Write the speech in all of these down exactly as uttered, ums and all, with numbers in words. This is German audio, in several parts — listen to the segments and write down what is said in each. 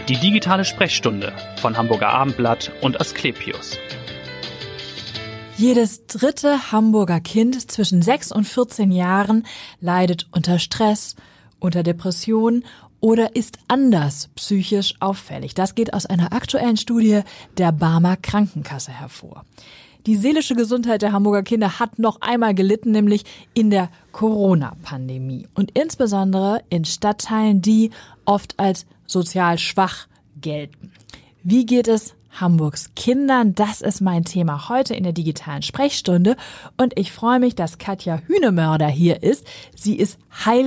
Die digitale Sprechstunde von Hamburger Abendblatt und Asklepios. Jedes dritte Hamburger Kind zwischen sechs und vierzehn Jahren leidet unter Stress, unter Depressionen oder ist anders psychisch auffällig. Das geht aus einer aktuellen Studie der Barmer Krankenkasse hervor. Die seelische Gesundheit der Hamburger Kinder hat noch einmal gelitten, nämlich in der Corona-Pandemie. Und insbesondere in Stadtteilen, die oft als sozial schwach gelten. Wie geht es Hamburgs Kindern? Das ist mein Thema heute in der digitalen Sprechstunde. Und ich freue mich, dass Katja Hünemörder hier ist. Sie ist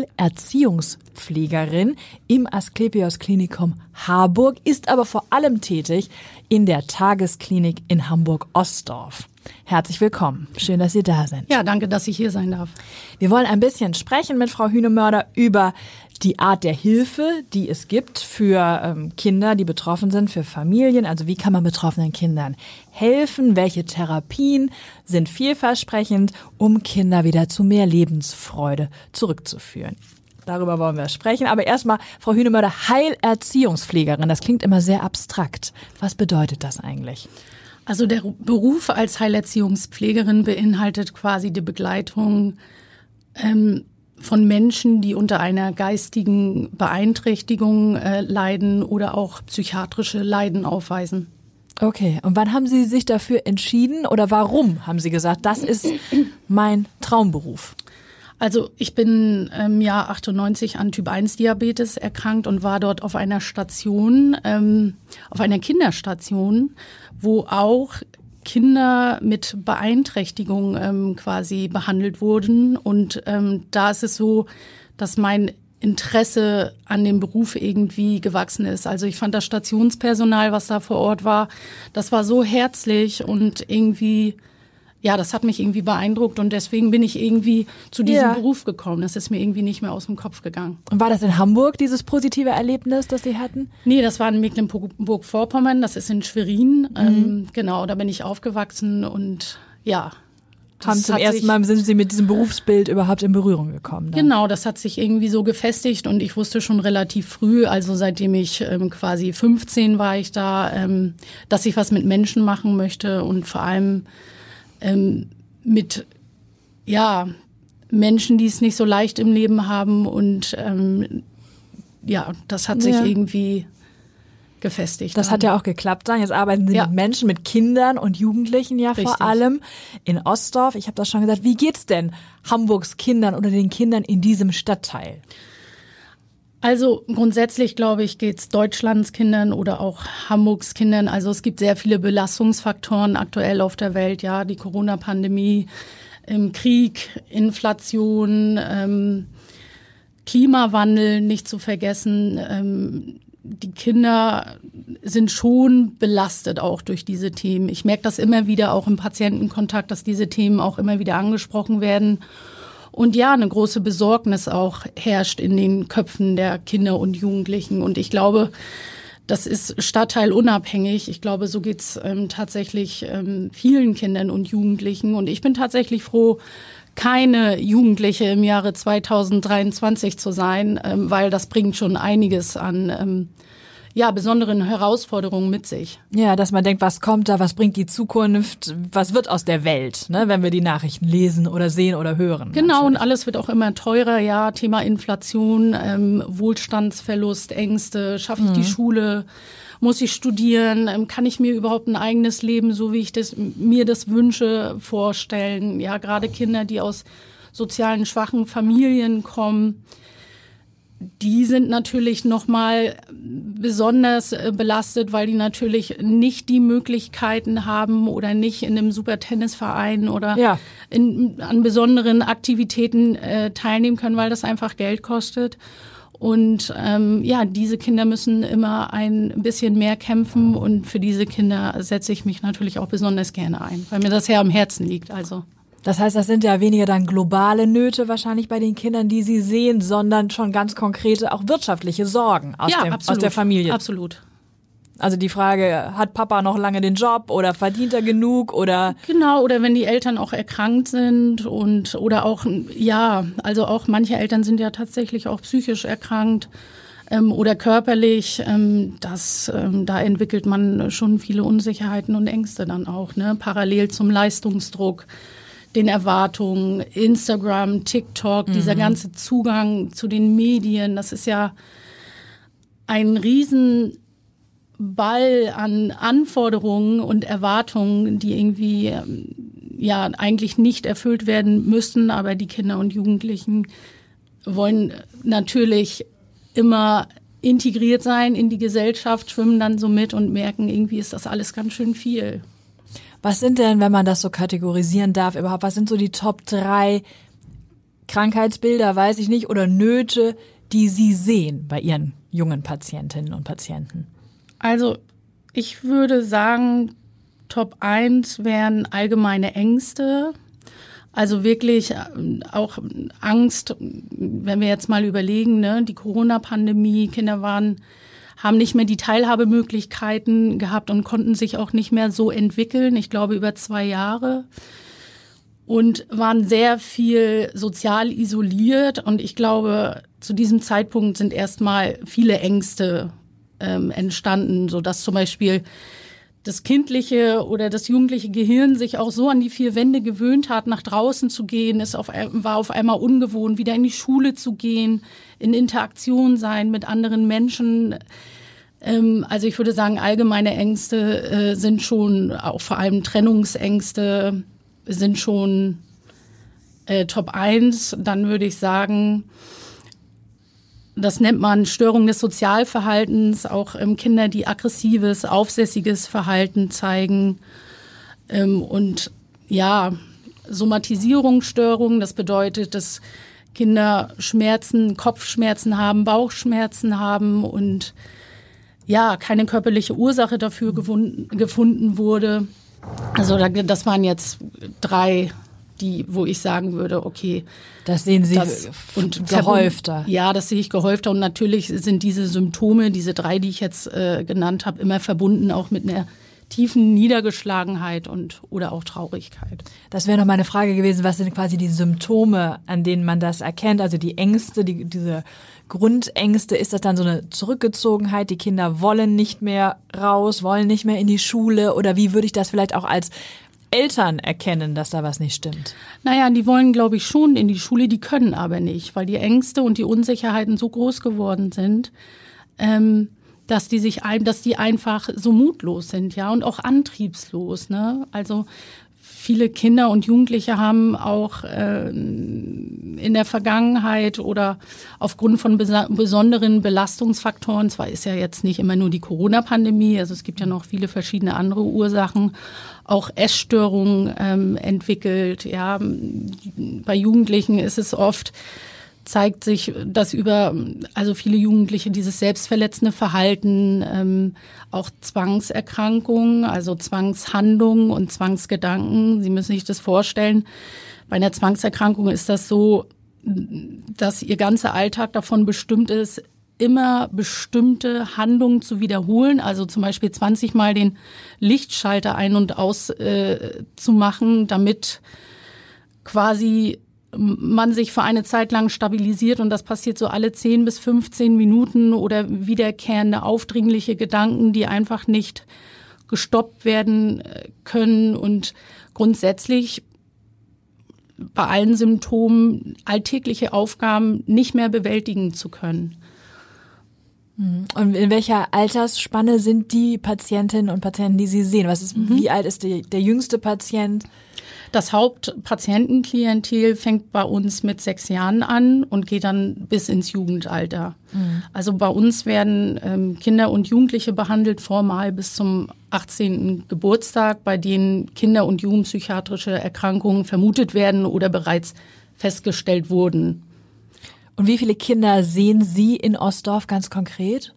Heilerziehungspflegerin im Asklepios Klinikum Harburg, ist aber vor allem tätig in der Tagesklinik in Hamburg-Ostdorf. Herzlich willkommen. Schön, dass Sie da sind. Ja, danke, dass ich hier sein darf. Wir wollen ein bisschen sprechen mit Frau Hünemörder über die Art der Hilfe, die es gibt für ähm, Kinder, die betroffen sind, für Familien. Also wie kann man betroffenen Kindern helfen? Welche Therapien sind vielversprechend, um Kinder wieder zu mehr Lebensfreude zurückzuführen? Darüber wollen wir sprechen. Aber erstmal, Frau Hünemörder, Heilerziehungspflegerin. Das klingt immer sehr abstrakt. Was bedeutet das eigentlich? Also der Beruf als Heilerziehungspflegerin beinhaltet quasi die Begleitung ähm, von Menschen, die unter einer geistigen Beeinträchtigung äh, leiden oder auch psychiatrische Leiden aufweisen. Okay, und wann haben Sie sich dafür entschieden oder warum haben Sie gesagt, das ist mein Traumberuf? Also ich bin im Jahr achtundneunzig an Typ eins Diabetes erkrankt und war dort auf einer Station, ähm, auf einer Kinderstation, wo auch Kinder mit Beeinträchtigung ähm, quasi behandelt wurden. Und ähm, da ist es so, dass mein Interesse an dem Beruf irgendwie gewachsen ist. Also ich fand das Stationspersonal, was da vor Ort war, das war so herzlich und irgendwie, ja, das hat mich irgendwie beeindruckt und deswegen bin ich irgendwie zu diesem ja. Beruf gekommen. Das ist mir irgendwie nicht mehr aus dem Kopf gegangen. Und war das in Hamburg, dieses positive Erlebnis, das Sie hatten? Nee, das war in Mecklenburg-Vorpommern, das ist in Schwerin. Mhm. Ähm, genau, da bin ich aufgewachsen und ja. Haben zum ersten Mal sind Sie mit diesem Berufsbild überhaupt in Berührung gekommen? Dann? Genau, das hat sich irgendwie so gefestigt und ich wusste schon relativ früh, also seitdem ich ähm, quasi fünfzehn war ich da, ähm, dass ich was mit Menschen machen möchte und vor allem ähm, mit ja Menschen, die es nicht so leicht im Leben haben und ähm, ja, das hat sich ja. irgendwie gefestigt. Das haben. hat ja auch geklappt dann. Jetzt arbeiten Sie ja. mit Menschen, mit Kindern und Jugendlichen ja Richtig. Vor allem in Ostdorf. Ich habe das schon gesagt. Wie geht's denn Hamburgs Kindern oder den Kindern in diesem Stadtteil? Also grundsätzlich, glaube ich, geht's Deutschlands Kindern oder auch Hamburgs Kindern. Also es gibt sehr viele Belastungsfaktoren aktuell auf der Welt. Ja, die Corona-Pandemie, im Krieg, Inflation, ähm, Klimawandel nicht zu vergessen. Ähm, die Kinder sind schon belastet auch durch diese Themen. Ich merke das immer wieder auch im Patientenkontakt, dass diese Themen auch immer wieder angesprochen werden. Und ja, eine große Besorgnis auch herrscht in den Köpfen der Kinder und Jugendlichen. Und ich glaube, das ist stadtteilunabhängig. Ich glaube, so geht's ähm, tatsächlich ähm, vielen Kindern und Jugendlichen. Und ich bin tatsächlich froh, keine Jugendliche im Jahre zweitausenddreiundzwanzig zu sein, ähm, weil das bringt schon einiges an ähm, ja, besonderen Herausforderungen mit sich. Ja, dass man denkt, was kommt da, was bringt die Zukunft, was wird aus der Welt, ne, wenn wir die Nachrichten lesen oder sehen oder hören. Genau, natürlich. Und alles wird auch immer teurer, ja, Thema Inflation, ähm, Wohlstandsverlust, Ängste, schaffe ich mhm. die Schule, muss ich studieren, ähm, kann ich mir überhaupt ein eigenes Leben, so wie ich das, mir das wünsche, vorstellen. Ja, gerade Kinder, die aus sozialen schwachen Familien kommen, die sind natürlich nochmal besonders belastet, weil die natürlich nicht die Möglichkeiten haben oder nicht in einem super Tennisverein oder ja. in, an besonderen Aktivitäten äh, teilnehmen können, weil das einfach Geld kostet. Und ähm, ja, diese Kinder müssen immer ein bisschen mehr kämpfen und für diese Kinder setze ich mich natürlich auch besonders gerne ein, weil mir das ja am Herzen liegt. Also. Das heißt, das sind ja weniger dann globale Nöte wahrscheinlich bei den Kindern, die Sie sehen, sondern schon ganz konkrete auch wirtschaftliche Sorgen aus, ja, dem, absolut, aus der Familie. Absolut. Also die Frage, hat Papa noch lange den Job oder verdient er genug oder? Genau, oder wenn die Eltern auch erkrankt sind und oder auch, ja, also auch manche Eltern sind ja tatsächlich auch psychisch erkrankt. ähm, oder körperlich, ähm, das, ähm, da entwickelt man schon viele Unsicherheiten und Ängste dann auch, ne? Parallel zum Leistungsdruck, den Erwartungen, Instagram, TikTok, mhm. dieser ganze Zugang zu den Medien, das ist ja ein riesen Ball an Anforderungen und Erwartungen, die irgendwie ja eigentlich nicht erfüllt werden müssen, aber die Kinder und Jugendlichen wollen natürlich immer integriert sein in die Gesellschaft, schwimmen dann so mit und merken, irgendwie ist das alles ganz schön viel. Was sind denn, wenn man das so kategorisieren darf, überhaupt, was sind so die Top drei Krankheitsbilder, weiß ich nicht, oder Nöte, die Sie sehen bei Ihren jungen Patientinnen und Patienten? Also ich würde sagen, Top eins wären allgemeine Ängste. Also wirklich auch Angst, wenn wir jetzt mal überlegen, ne, die Corona-Pandemie, Kinder waren, haben nicht mehr die Teilhabemöglichkeiten gehabt und konnten sich auch nicht mehr so entwickeln, ich glaube über zwei Jahre. Und waren sehr viel sozial isoliert. Und ich glaube, zu diesem Zeitpunkt sind erstmal viele Ängste ähm, entstanden, sodass zum Beispiel das kindliche oder das jugendliche Gehirn sich auch so an die vier Wände gewöhnt hat, nach draußen zu gehen. Es auf, war auf einmal ungewohnt, wieder in die Schule zu gehen, in Interaktion sein mit anderen Menschen. Ähm, also ich würde sagen, allgemeine Ängste äh, sind schon, auch vor allem Trennungsängste, sind schon äh, Top eins. Dann würde ich sagen, das nennt man Störung des Sozialverhaltens, auch ähm, Kinder, die aggressives, aufsässiges Verhalten zeigen. Ähm, und ja, Somatisierungsstörungen, das bedeutet, dass Kinder Schmerzen, Kopfschmerzen haben, Bauchschmerzen haben und ja, keine körperliche Ursache dafür gewunden, gefunden wurde. Also das waren jetzt drei, die, wo ich sagen würde, okay. Das sehen Sie das, und gehäufter. Ja, das sehe ich gehäufter. Und natürlich sind diese Symptome, diese drei, die ich jetzt äh, genannt habe, immer verbunden auch mit einer tiefen Niedergeschlagenheit und oder auch Traurigkeit. Das wäre noch meine Frage gewesen, was sind quasi die Symptome, an denen man das erkennt? Also die Ängste, die, diese Grundängste, ist das dann so eine Zurückgezogenheit? Die Kinder wollen nicht mehr raus, wollen nicht mehr in die Schule? Oder wie würde ich das vielleicht auch als Eltern erkennen, dass da was nicht stimmt? Naja, die wollen, glaube ich, schon in die Schule, die können aber nicht, weil die Ängste und die Unsicherheiten so groß geworden sind, ähm, dass die sich ein, dass die einfach so mutlos sind, ja, und auch antriebslos, ne? Also viele Kinder und Jugendliche haben auch äh, in der Vergangenheit oder aufgrund von besa- besonderen Belastungsfaktoren, zwar ist ja jetzt nicht immer nur die Corona-Pandemie, also es gibt ja noch viele verschiedene andere Ursachen, auch Essstörungen ähm, entwickelt. Ja, bei Jugendlichen ist es oft, zeigt sich, dass über, also viele Jugendliche dieses selbstverletzende Verhalten, ähm, auch Zwangserkrankungen, also Zwangshandlungen und Zwangsgedanken. Sie müssen sich das vorstellen. Bei einer Zwangserkrankung ist das so, dass ihr ganzer Alltag davon bestimmt ist, immer bestimmte Handlungen zu wiederholen, also zum Beispiel zwanzig Mal den Lichtschalter ein- und aus äh, zu machen, damit quasi man sich für eine Zeit lang stabilisiert und das passiert so alle zehn bis fünfzehn Minuten oder wiederkehrende aufdringliche Gedanken, die einfach nicht gestoppt werden können und grundsätzlich bei allen Symptomen alltägliche Aufgaben nicht mehr bewältigen zu können. Und in welcher Altersspanne sind die Patientinnen und Patienten, die Sie sehen? Was ist, mhm. Wie alt ist die, der jüngste Patient? Das Hauptpatientenklientel fängt bei uns mit sechs Jahren an und geht dann bis ins Jugendalter. Mhm. Also bei uns werden ähm, Kinder und Jugendliche behandelt formal bis zum achtzehnten Geburtstag, bei denen Kinder- und Jugendpsychiatrische Erkrankungen vermutet werden oder bereits festgestellt wurden. Und wie viele Kinder sehen Sie in Ostdorf ganz konkret?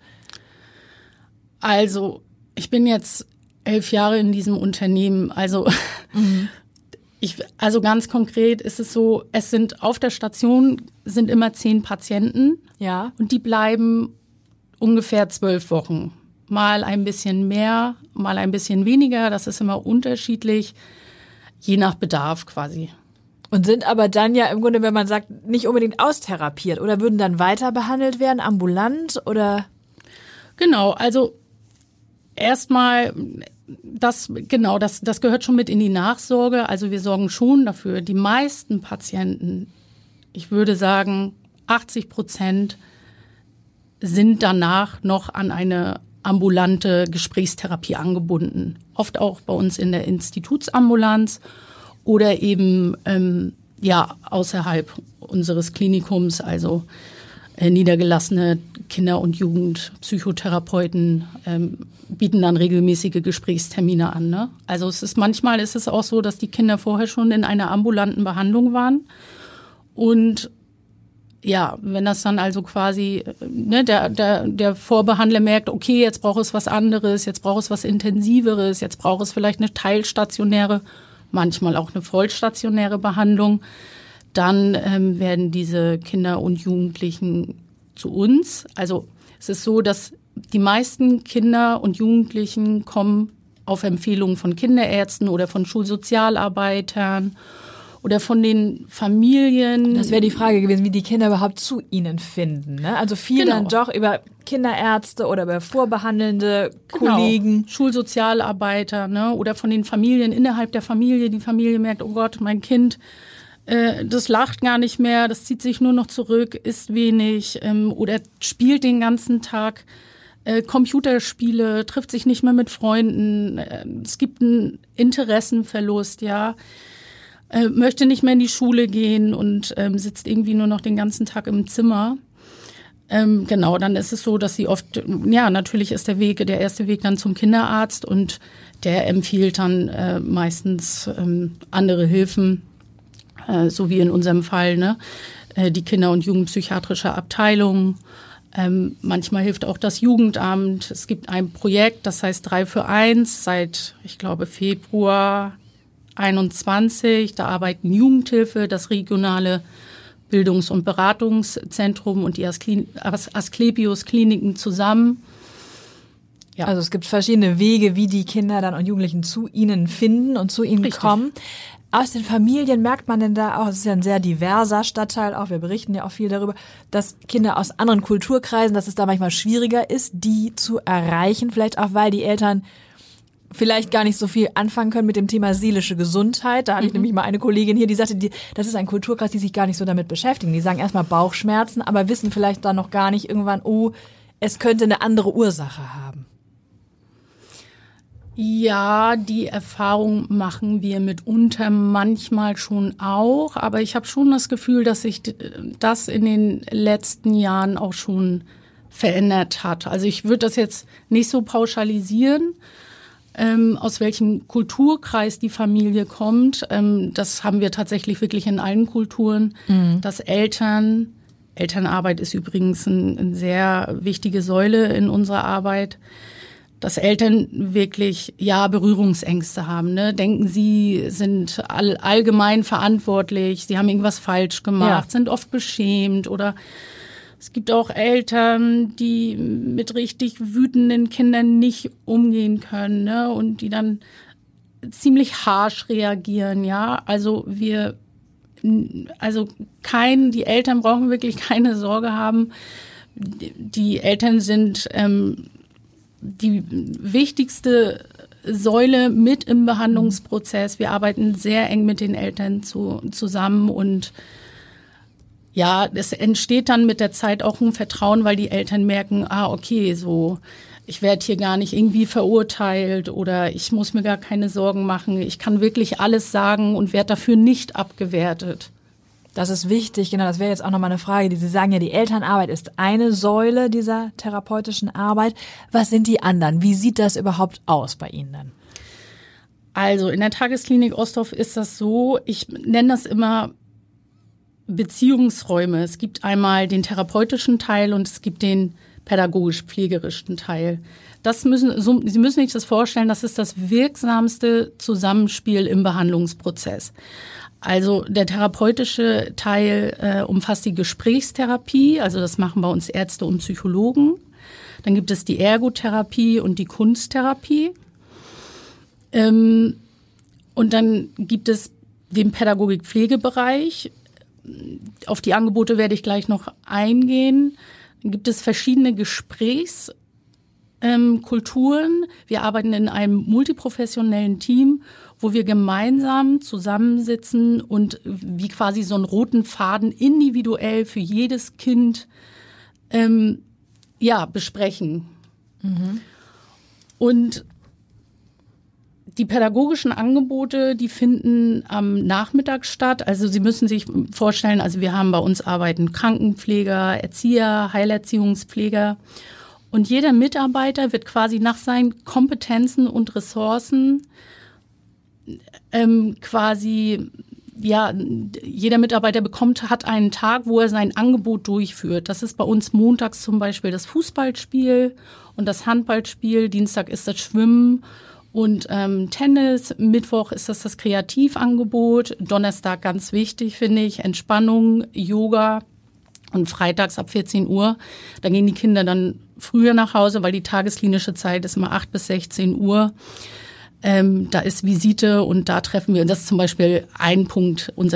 Also ich bin jetzt elf Jahre in diesem Unternehmen, also mhm. Ich, also ganz konkret ist es so, es sind auf der Station sind immer zehn Patienten, ja, und die bleiben ungefähr zwölf Wochen. Mal ein bisschen mehr, mal ein bisschen weniger, das ist immer unterschiedlich, je nach Bedarf quasi. Und sind aber dann ja im Grunde, wenn man sagt, nicht unbedingt austherapiert oder würden dann weiter behandelt werden, ambulant oder? Genau, also erstmal, das, genau, das, das gehört schon mit in die Nachsorge. Also wir sorgen schon dafür, die meisten Patienten, ich würde sagen, achtzig Prozent sind danach noch an eine ambulante Gesprächstherapie angebunden. Oft auch bei uns in der Institutsambulanz oder eben ähm, ja außerhalb unseres Klinikums, also äh, niedergelassene Kinder- und Jugendpsychotherapeuten ähm, bieten dann regelmäßige Gesprächstermine an. Ne? Also es ist manchmal ist es auch so, dass die Kinder vorher schon in einer ambulanten Behandlung waren und ja, wenn das dann also quasi, ne, der, der, der Vorbehandler merkt, okay, jetzt braucht es was anderes, jetzt braucht es was Intensiveres, jetzt braucht es vielleicht eine teilstationäre, manchmal auch eine vollstationäre Behandlung, dann ähm, werden diese Kinder und Jugendlichen zu uns. Also es ist so, dass die meisten Kinder und Jugendlichen kommen auf Empfehlung von Kinderärzten oder von Schulsozialarbeitern oder von den Familien. Das wäre die Frage gewesen, wie die Kinder überhaupt zu ihnen finden. Ne? Also viel genau. dann doch über Kinderärzte oder über vorbehandelnde genau. Kollegen. Schulsozialarbeiter, ne? Oder von den Familien, innerhalb der Familie. Die Familie merkt, oh Gott, mein Kind, äh, das lacht gar nicht mehr, das zieht sich nur noch zurück, isst wenig ähm, oder spielt den ganzen Tag äh, Computerspiele, trifft sich nicht mehr mit Freunden. Äh, es gibt einen Interessenverlust, ja. Äh, möchte nicht mehr in die Schule gehen und ähm, sitzt irgendwie nur noch den ganzen Tag im Zimmer. Ähm, genau, dann ist es so, dass sie oft, ja, natürlich ist der Weg, der erste Weg dann zum Kinderarzt und der empfiehlt dann äh, meistens ähm, andere Hilfen, äh, so wie in unserem Fall, ne, äh, die Kinder- und Jugendpsychiatrische Abteilung. Ähm, manchmal hilft auch das Jugendamt. Es gibt ein Projekt, das heißt drei für eins, seit, ich glaube, Februar einundzwanzig. Da arbeiten Jugendhilfe, das regionale Bildungs- und Beratungszentrum und die Asklepios-Kliniken zusammen. Ja. Also es gibt verschiedene Wege, wie die Kinder dann und Jugendlichen zu ihnen finden und zu ihnen Richtig. kommen. Aus den Familien merkt man denn da auch, es ist ja ein sehr diverser Stadtteil, auch wir berichten ja auch viel darüber, dass Kinder aus anderen Kulturkreisen, dass es da manchmal schwieriger ist, die zu erreichen, vielleicht auch, weil die Eltern vielleicht gar nicht so viel anfangen können mit dem Thema seelische Gesundheit. Da hatte ich mhm. nämlich mal eine Kollegin hier, die sagte, die, das ist ein Kulturkreis, die sich gar nicht so damit beschäftigen. Die sagen erstmal Bauchschmerzen, aber wissen vielleicht dann noch gar nicht irgendwann, oh, es könnte eine andere Ursache haben. Ja, die Erfahrung machen wir mitunter manchmal schon auch, aber ich habe schon das Gefühl, dass sich das in den letzten Jahren auch schon verändert hat. Also ich würde das jetzt nicht so pauschalisieren, ähm, aus welchem Kulturkreis die Familie kommt. Ähm, das haben wir tatsächlich wirklich in allen Kulturen, mhm. dass Eltern, Elternarbeit ist übrigens ein, eine sehr wichtige Säule in unserer Arbeit, dass Eltern wirklich, ja, Berührungsängste haben, ne? Denken, sie sind all, allgemein verantwortlich, sie haben irgendwas falsch gemacht, ja. sind oft beschämt oder es gibt auch Eltern, die mit richtig wütenden Kindern nicht umgehen können, ne? Und die dann ziemlich harsch reagieren, ja. Also wir, also kein, die Eltern brauchen wirklich keine Sorge haben. Die Eltern sind ähm, die wichtigste Säule mit im Behandlungsprozess. Wir arbeiten sehr eng mit den Eltern zu, zusammen und ja, es entsteht dann mit der Zeit auch ein Vertrauen, weil die Eltern merken, ah, okay, so, ich werde hier gar nicht irgendwie verurteilt oder ich muss mir gar keine Sorgen machen. Ich kann wirklich alles sagen und werde dafür nicht abgewertet. Das ist wichtig, genau, das wäre jetzt auch nochmal eine Frage, die Sie sagen ja, die Elternarbeit ist eine Säule dieser therapeutischen Arbeit. Was sind die anderen? Wie sieht das überhaupt aus bei Ihnen dann? Also in der Tagesklinik Ostorf ist das so, ich nenne das immer Beziehungsräume. Es gibt einmal den therapeutischen Teil und es gibt den pädagogisch-pflegerischen Teil. Das müssen, so, Sie müssen sich das vorstellen, das ist das wirksamste Zusammenspiel im Behandlungsprozess. Also der therapeutische Teil äh, umfasst die Gesprächstherapie, also das machen bei uns Ärzte und Psychologen. Dann gibt es die Ergotherapie und die Kunsttherapie. Ähm, und dann gibt es dem Pädagogik-Pflegebereich. Auf die Angebote werde ich gleich noch eingehen. Dann gibt es verschiedene Gesprächskulturen. Ähm, wir arbeiten in einem multiprofessionellen Team, wo wir gemeinsam zusammensitzen und wie quasi so einen roten Faden individuell für jedes Kind ähm, ja, besprechen. Mhm. Und die pädagogischen Angebote, die finden am Nachmittag statt. Also Sie müssen sich vorstellen, also wir haben bei uns arbeiten Krankenpfleger, Erzieher, Heilerziehungspfleger. Und jeder Mitarbeiter wird quasi nach seinen Kompetenzen und Ressourcen ähm, quasi, ja, jeder Mitarbeiter bekommt, hat einen Tag, wo er sein Angebot durchführt. Das ist bei uns montags zum Beispiel das Fußballspiel und das Handballspiel. Dienstag ist das Schwimmen und ähm, Tennis. Mittwoch ist das das Kreativangebot. Donnerstag ganz wichtig, finde ich, Entspannung, Yoga. Und freitags ab vierzehn Uhr, da gehen die Kinder dann früher nach Hause, weil die tagesklinische Zeit ist immer acht bis sechzehn Uhr. Ähm, da ist Visite und da treffen wir, und das ist zum Beispiel ein Punkt unserer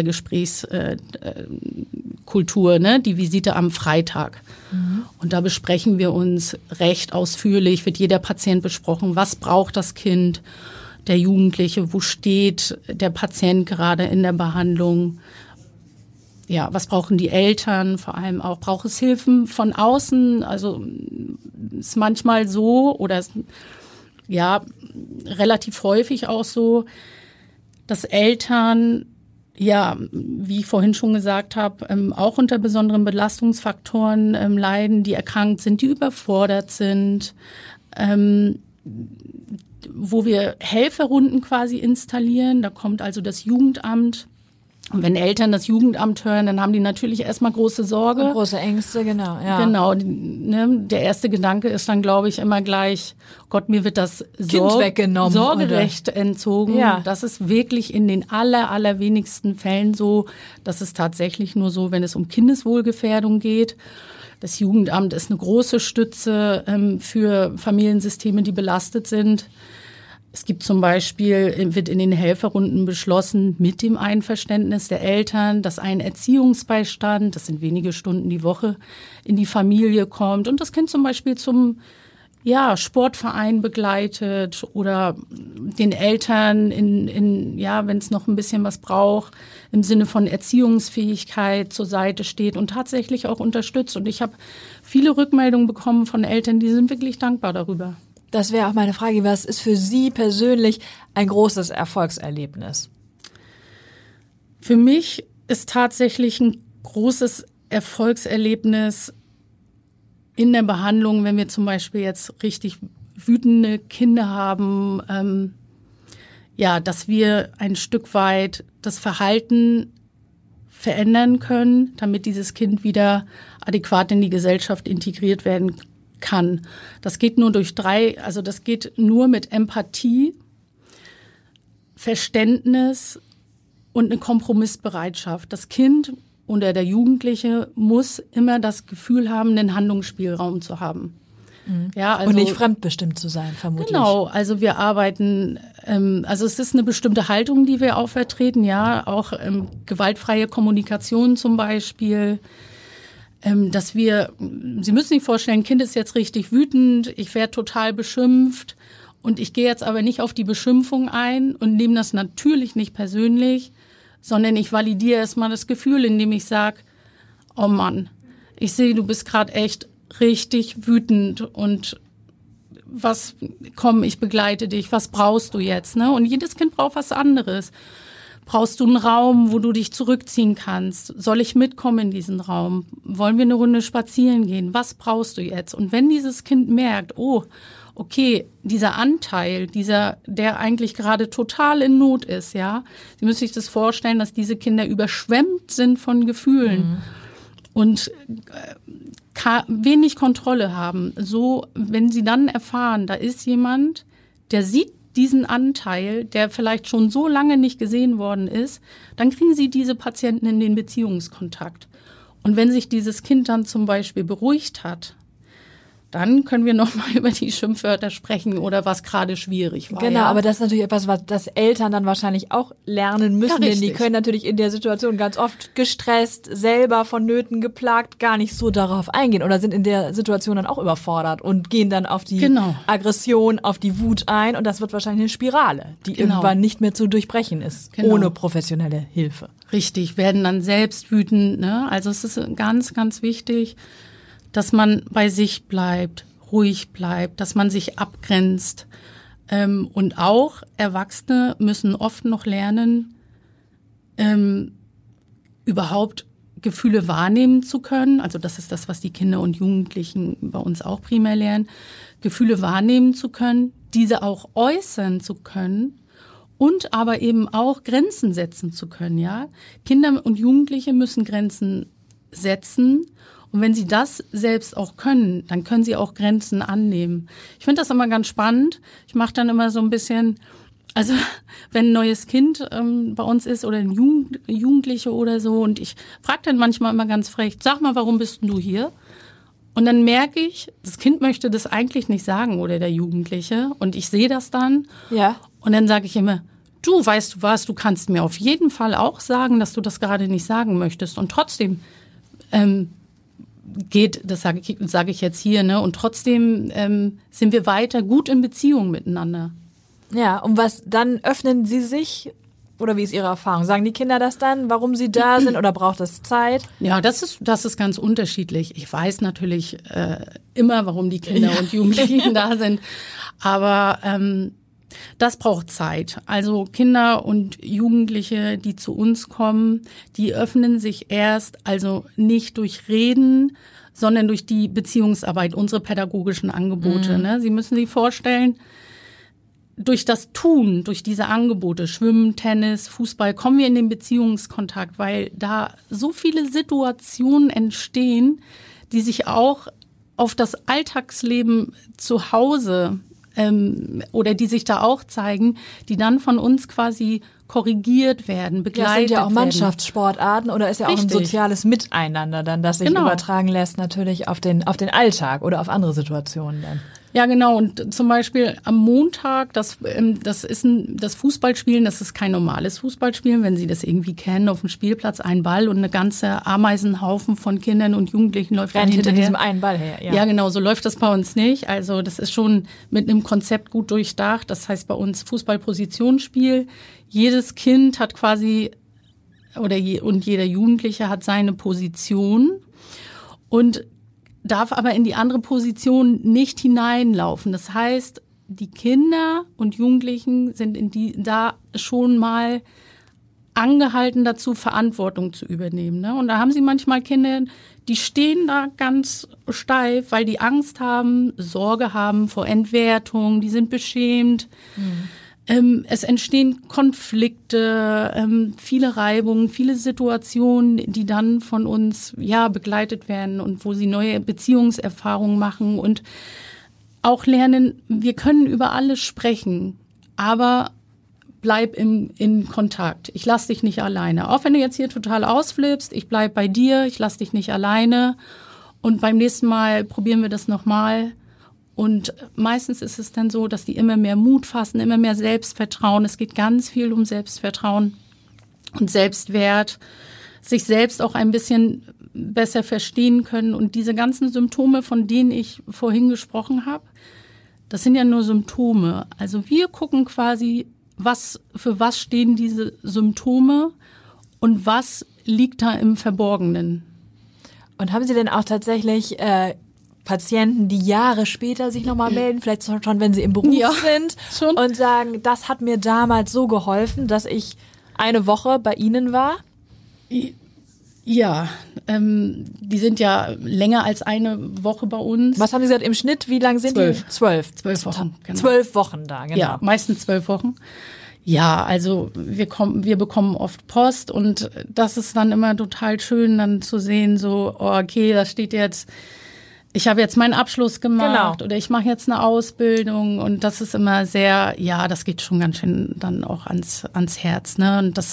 Gesprächskultur, äh, ne? Die Visite am Freitag. Mhm. Und da besprechen wir uns recht ausführlich, wird jeder Patient besprochen, was braucht das Kind, der Jugendliche, wo steht der Patient gerade in der Behandlung. Ja, was brauchen die Eltern vor allem auch? Braucht es Hilfen von außen? Also ist manchmal so oder ist, ja, relativ häufig auch so, dass Eltern, ja, wie ich vorhin schon gesagt habe, ähm, auch unter besonderen Belastungsfaktoren ähm, leiden, die erkrankt sind, die überfordert sind, ähm, wo wir Helferrunden quasi installieren. Da kommt also das Jugendamt. Und wenn Eltern das Jugendamt hören, dann haben die natürlich erstmal große Sorge. Und große Ängste, genau. Ja. Genau. Ne, der erste Gedanke ist dann, glaube ich, immer gleich, Gott, mir wird das Sor- weggenommen, Sorgerecht oder? entzogen. Ja. Das ist wirklich in den aller, allerwenigsten Fällen so. Das ist tatsächlich nur so, wenn es um Kindeswohlgefährdung geht. Das Jugendamt ist eine große Stütze ähm, für Familiensysteme, die belastet sind. Es gibt zum Beispiel, wird in den Helferrunden beschlossen, mit dem Einverständnis der Eltern, dass ein Erziehungsbeistand, das sind wenige Stunden die Woche, in die Familie kommt und das Kind zum Beispiel zum ja, Sportverein begleitet oder den Eltern, in, in ja, wenn es noch ein bisschen was braucht, im Sinne von Erziehungsfähigkeit zur Seite steht und tatsächlich auch unterstützt. Und ich habe viele Rückmeldungen bekommen von Eltern, die sind wirklich dankbar darüber. Das wäre auch meine Frage, was ist für Sie persönlich ein großes Erfolgserlebnis? Für mich ist tatsächlich ein großes Erfolgserlebnis in der Behandlung, wenn wir zum Beispiel jetzt richtig wütende Kinder haben, ähm, ja, dass wir ein Stück weit das Verhalten verändern können, damit dieses Kind wieder adäquat in die Gesellschaft integriert werden kann. kann. Das geht nur durch drei, also das geht nur mit Empathie, Verständnis und eine Kompromissbereitschaft. Das Kind oder der Jugendliche muss immer das Gefühl haben, einen Handlungsspielraum zu haben. Mhm. Ja, also, und nicht fremdbestimmt zu sein, vermutlich. Genau, also wir arbeiten, ähm, also es ist eine bestimmte Haltung, die wir auch vertreten, ja, auch ähm, gewaltfreie Kommunikation zum Beispiel. Dass wir, Sie müssen sich vorstellen, ein Kind ist jetzt richtig wütend, ich werde total beschimpft und ich gehe jetzt aber nicht auf die Beschimpfung ein und nehme das natürlich nicht persönlich, sondern ich validiere erstmal das Gefühl, indem ich sage, oh Mann, ich sehe, du bist gerade echt richtig wütend und was, komm, ich begleite dich, was brauchst du jetzt, ne? Und jedes Kind braucht was anderes. Brauchst du einen Raum, wo du dich zurückziehen kannst? Soll ich mitkommen in diesen Raum? Wollen wir eine Runde spazieren gehen? Was brauchst du jetzt? Und wenn dieses Kind merkt, oh, okay, dieser Anteil, dieser, der eigentlich gerade total in Not ist, ja, Sie müssen sich das vorstellen, dass diese Kinder überschwemmt sind von Gefühlen mhm. und äh, wenig Kontrolle haben. So, wenn sie dann erfahren, da ist jemand, der sieht diesen Anteil, der vielleicht schon so lange nicht gesehen worden ist, dann kriegen Sie diese Patienten in den Beziehungskontakt. Und wenn sich dieses Kind dann zum Beispiel beruhigt hat, dann können wir nochmal über die Schimpfwörter sprechen oder was gerade schwierig war. Genau, ja. aber das ist natürlich etwas, was das Eltern dann wahrscheinlich auch lernen müssen, Ja, denn die können natürlich in der Situation ganz oft gestresst, selber von Nöten geplagt, gar nicht so darauf eingehen oder sind in der Situation dann auch überfordert und gehen dann auf die Genau. Aggression, auf die Wut ein und das wird wahrscheinlich eine Spirale, die Genau. irgendwann nicht mehr zu durchbrechen ist, Genau. ohne professionelle Hilfe. Richtig, werden dann selbst wütend. Ne? Also es ist ganz, ganz wichtig, dass man bei sich bleibt, ruhig bleibt, dass man sich abgrenzt. Ähm, und auch Erwachsene müssen oft noch lernen, ähm, überhaupt Gefühle wahrnehmen zu können. Also das ist das, was die Kinder und Jugendlichen bei uns auch primär lernen. Gefühle wahrnehmen zu können, diese auch äußern zu können und aber eben auch Grenzen setzen zu können. Ja, Kinder und Jugendliche müssen Grenzen setzen. Und wenn sie das selbst auch können, dann können sie auch Grenzen annehmen. Ich finde das immer ganz spannend. Ich mache dann immer so ein bisschen, also wenn ein neues Kind ähm, bei uns ist oder ein Jugend, Jugendliche oder so und ich frage dann manchmal immer ganz frech, sag mal, warum bist denn du hier? Und dann merke ich, das Kind möchte das eigentlich nicht sagen oder der Jugendliche und ich sehe das dann. Ja. Und dann sage ich immer, du, weißt du was, du kannst mir auf jeden Fall auch sagen, dass du das gerade nicht sagen möchtest. Und trotzdem ähm, geht, das sage ich, sage ich jetzt hier, ne? Und trotzdem ähm, sind wir weiter gut in Beziehung miteinander. Ja, und was, dann öffnen sie sich, oder wie ist Ihre Erfahrung? Sagen die Kinder das dann, warum sie da sind oder braucht es Zeit? Ja, das ist, das ist ganz unterschiedlich. Ich weiß natürlich äh, immer, warum die Kinder ja. und Jugendlichen da sind, aber ähm, das braucht Zeit. Also Kinder und Jugendliche, die zu uns kommen, die öffnen sich erst, also nicht durch Reden, sondern durch die Beziehungsarbeit, unsere pädagogischen Angebote. Mhm. Ne? Sie müssen sich vorstellen, durch das Tun, durch diese Angebote, Schwimmen, Tennis, Fußball, kommen wir in den Beziehungskontakt, weil da so viele Situationen entstehen, die sich auch auf das Alltagsleben zu Hause ähm, oder die sich da auch zeigen, die dann von uns quasi korrigiert werden, begleitet werden. Das sind ja auch Mannschaftssportarten oder ist ja Richtig. auch ein soziales Miteinander dann, das sich genau. übertragen lässt natürlich auf den, auf den Alltag oder auf andere Situationen dann. Ja, genau. Und zum Beispiel am Montag, das, das ist ein, das Fußballspielen, das ist kein normales Fußballspielen, wenn Sie das irgendwie kennen, auf dem Spielplatz ein Ball und eine ganze Ameisenhaufen von Kindern und Jugendlichen läuft Rennt hinter hinterher. diesem einen Ball her. Ja. ja, genau. So läuft das bei uns nicht. Also das ist schon mit einem Konzept gut durchdacht. Das heißt bei uns Fußballpositionsspiel. Jedes Kind hat quasi oder je, und jeder Jugendliche hat seine Position und darf aber in die andere Position nicht hineinlaufen. Das heißt, die Kinder und Jugendlichen sind in die, da schon mal angehalten dazu, Verantwortung zu übernehmen. Ne? Und da haben sie manchmal Kinder, die stehen da ganz steif, weil die Angst haben, Sorge haben vor Entwertung, die sind beschämt. Mhm. Ähm, es entstehen Konflikte, ähm, viele Reibungen, viele Situationen, die dann von uns ja begleitet werden und wo sie neue Beziehungserfahrungen machen und auch lernen, wir können über alles sprechen, aber bleib im, in Kontakt. Ich lass dich nicht alleine. Auch wenn du jetzt hier total ausflippst, ich bleib bei dir, ich lass dich nicht alleine und beim nächsten Mal probieren wir das nochmal. Und meistens ist es dann so, dass die immer mehr Mut fassen, immer mehr Selbstvertrauen. Es geht ganz viel um Selbstvertrauen und Selbstwert, sich selbst auch ein bisschen besser verstehen können. Und diese ganzen Symptome, von denen ich vorhin gesprochen habe, das sind ja nur Symptome. Also wir gucken quasi, was für was stehen diese Symptome und was liegt da im Verborgenen. Und haben Sie denn auch tatsächlich äh, Patienten, die Jahre später sich nochmal melden, vielleicht schon, wenn sie im Beruf ja, sind schon. Und sagen, das hat mir damals so geholfen, dass ich eine Woche bei Ihnen war? Ja, ähm, die sind ja länger als eine Woche bei uns. Was haben Sie gesagt, im Schnitt, wie lang sind Zwölf. die? Zwölf. Zwölf Wochen, genau. Zwölf Wochen da, genau. Ja, meistens zwölf Wochen. Ja, also wir kommen, wir bekommen oft Post und das ist dann immer total schön, dann zu sehen, so, oh, okay, da steht jetzt, ich habe jetzt meinen Abschluss gemacht genau. oder ich mache jetzt eine Ausbildung und das ist immer sehr, ja, das geht schon ganz schön dann auch ans, ans Herz, ne? Und das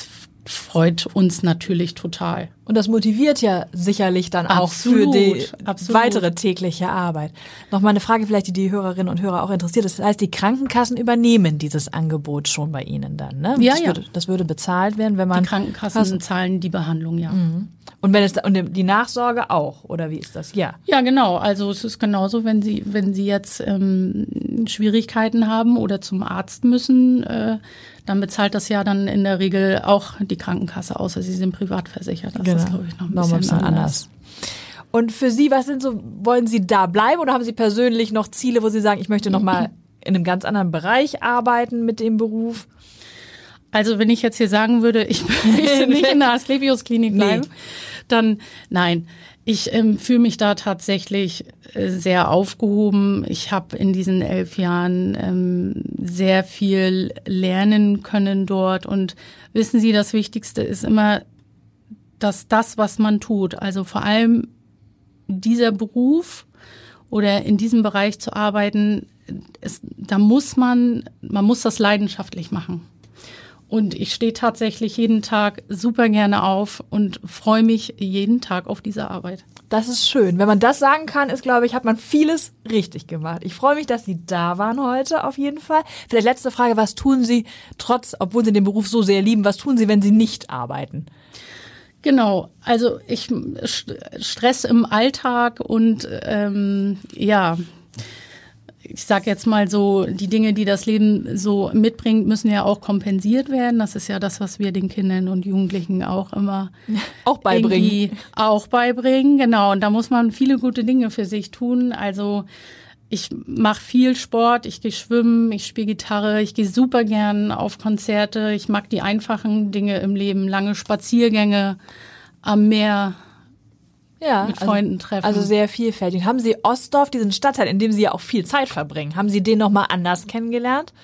freut uns natürlich total. Und das motiviert ja sicherlich dann auch Absolut, für die absolut. weitere tägliche Arbeit. Nochmal eine Frage vielleicht, die die Hörerinnen und Hörer auch interessiert. Das heißt, die Krankenkassen übernehmen dieses Angebot schon bei Ihnen dann, ne? Ja, das ja. Würde, das würde bezahlt werden, wenn man... Die Krankenkassen Kassen- zahlen die Behandlung, ja. Mhm. Und wenn es und die Nachsorge auch, oder wie ist das? Ja. Ja, genau. Also es ist genauso, wenn Sie, wenn Sie jetzt ähm, Schwierigkeiten haben oder zum Arzt müssen, äh, dann bezahlt das ja dann in der Regel auch die Krankenkasse, außer Sie sind privat versichert. Das ist, glaube ich, noch ein bisschen, bisschen anders. anders. Und für Sie, was sind so, wollen Sie da bleiben oder haben Sie persönlich noch Ziele, wo Sie sagen, ich möchte noch mal in einem ganz anderen Bereich arbeiten mit dem Beruf? Also wenn ich jetzt hier sagen würde, ich möchte nicht in der Asklepios-Klinik bleiben, nee. dann nein. Ich ähm, fühle mich da tatsächlich äh, sehr aufgehoben. Ich habe in diesen elf Jahren ähm, sehr viel lernen können dort. Und wissen Sie, das Wichtigste ist immer, dass das, was man tut, also vor allem dieser Beruf oder in diesem Bereich zu arbeiten, ist, da muss man, man muss das leidenschaftlich machen. Und ich stehe tatsächlich jeden Tag super gerne auf und freue mich jeden Tag auf diese Arbeit. Das ist schön. Wenn man das sagen kann, ist, glaube ich, hat man vieles richtig gemacht. Ich freue mich, dass Sie da waren heute auf jeden Fall. Vielleicht letzte Frage, was tun Sie trotz, obwohl Sie den Beruf so sehr lieben, was tun Sie, wenn Sie nicht arbeiten? Genau, also ich Stress im Alltag und ähm, ja, ich sag jetzt mal so, die Dinge, die das Leben so mitbringt, müssen ja auch kompensiert werden. Das ist ja das, was wir den Kindern und Jugendlichen auch immer auch beibringen. Auch beibringen, genau. Und da muss man viele gute Dinge für sich tun. Also ich mache viel Sport, ich gehe schwimmen, ich spiele Gitarre, ich gehe super gern auf Konzerte. Ich mag die einfachen Dinge im Leben, lange Spaziergänge am Meer. Ja, mit Freunden treffen. Also sehr vielfältig. Haben Sie Ostdorf, diesen Stadtteil, in dem Sie ja auch viel Zeit verbringen, haben Sie den nochmal anders kennengelernt?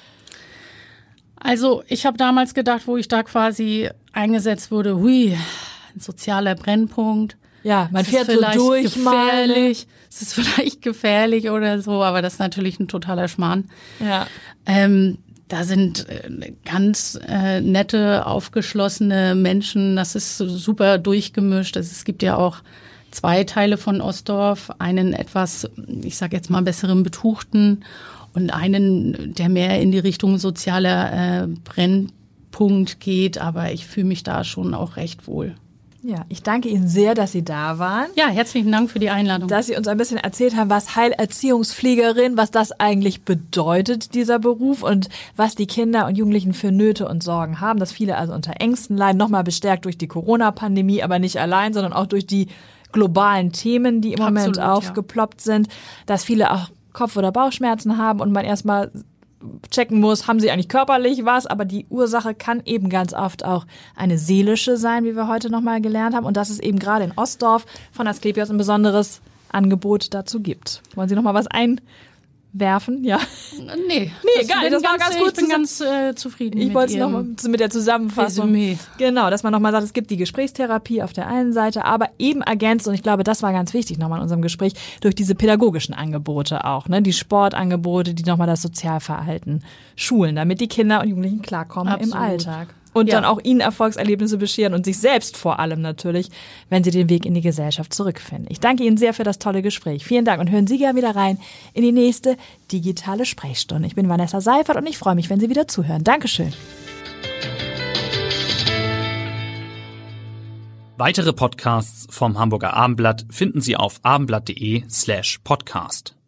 Also ich habe damals gedacht, wo ich da quasi eingesetzt wurde, hui, ein sozialer Brennpunkt. Ja, man es fährt so durch gefährlich. Es ist vielleicht gefährlich oder so, aber das ist natürlich ein totaler Schmarrn. Ja. Ähm, Da sind äh, ganz äh, nette, aufgeschlossene Menschen. Das ist super durchgemischt. Also es gibt ja auch zwei Teile von Ostdorf. Einen etwas, ich sage jetzt mal, besseren Betuchten und einen, der mehr in die Richtung sozialer äh, Brennpunkt geht. Aber ich fühle mich da schon auch recht wohl. Ja, ich danke Ihnen sehr, dass Sie da waren. Ja, herzlichen Dank für die Einladung. Dass Sie uns ein bisschen erzählt haben, was Heilerziehungspflegerin, was das eigentlich bedeutet, dieser Beruf, und was die Kinder und Jugendlichen für Nöte und Sorgen haben, dass viele also unter Ängsten leiden, nochmal bestärkt durch die Corona-Pandemie, aber nicht allein, sondern auch durch die globalen Themen, die im Moment Absolut, aufgeploppt ja. sind, dass viele auch Kopf- oder Bauchschmerzen haben und man erstmal checken muss, haben sie eigentlich körperlich was, aber die Ursache kann eben ganz oft auch eine seelische sein, wie wir heute nochmal gelernt haben, und dass es eben gerade in Ostdorf von Asklepios ein besonderes Angebot dazu gibt. Wollen Sie nochmal was einwerfen? Ja. Nee, nee, gar nicht. Das war ganz gut. Ich bin ganz äh, zufrieden ich mit wollte es nochmal mit der Zusammenfassung. Resümee. Genau, dass man nochmal sagt, es gibt die Gesprächstherapie auf der einen Seite, aber eben ergänzt, und ich glaube, das war ganz wichtig nochmal in unserem Gespräch, durch diese pädagogischen Angebote auch, ne, die Sportangebote, die nochmal das Sozialverhalten schulen, damit die Kinder und Jugendlichen klarkommen Absolut. Im Alltag. Und ja. dann auch ihnen Erfolgserlebnisse bescheren und sich selbst vor allem natürlich, wenn sie den Weg in die Gesellschaft zurückfinden. Ich danke Ihnen sehr für das tolle Gespräch. Vielen Dank und hören Sie gerne wieder rein in die nächste digitale Sprechstunde. Ich bin Vanessa Seifert und ich freue mich, wenn Sie wieder zuhören. Dankeschön. Weitere Podcasts vom Hamburger Abendblatt finden Sie auf abendblatt.de slash podcast.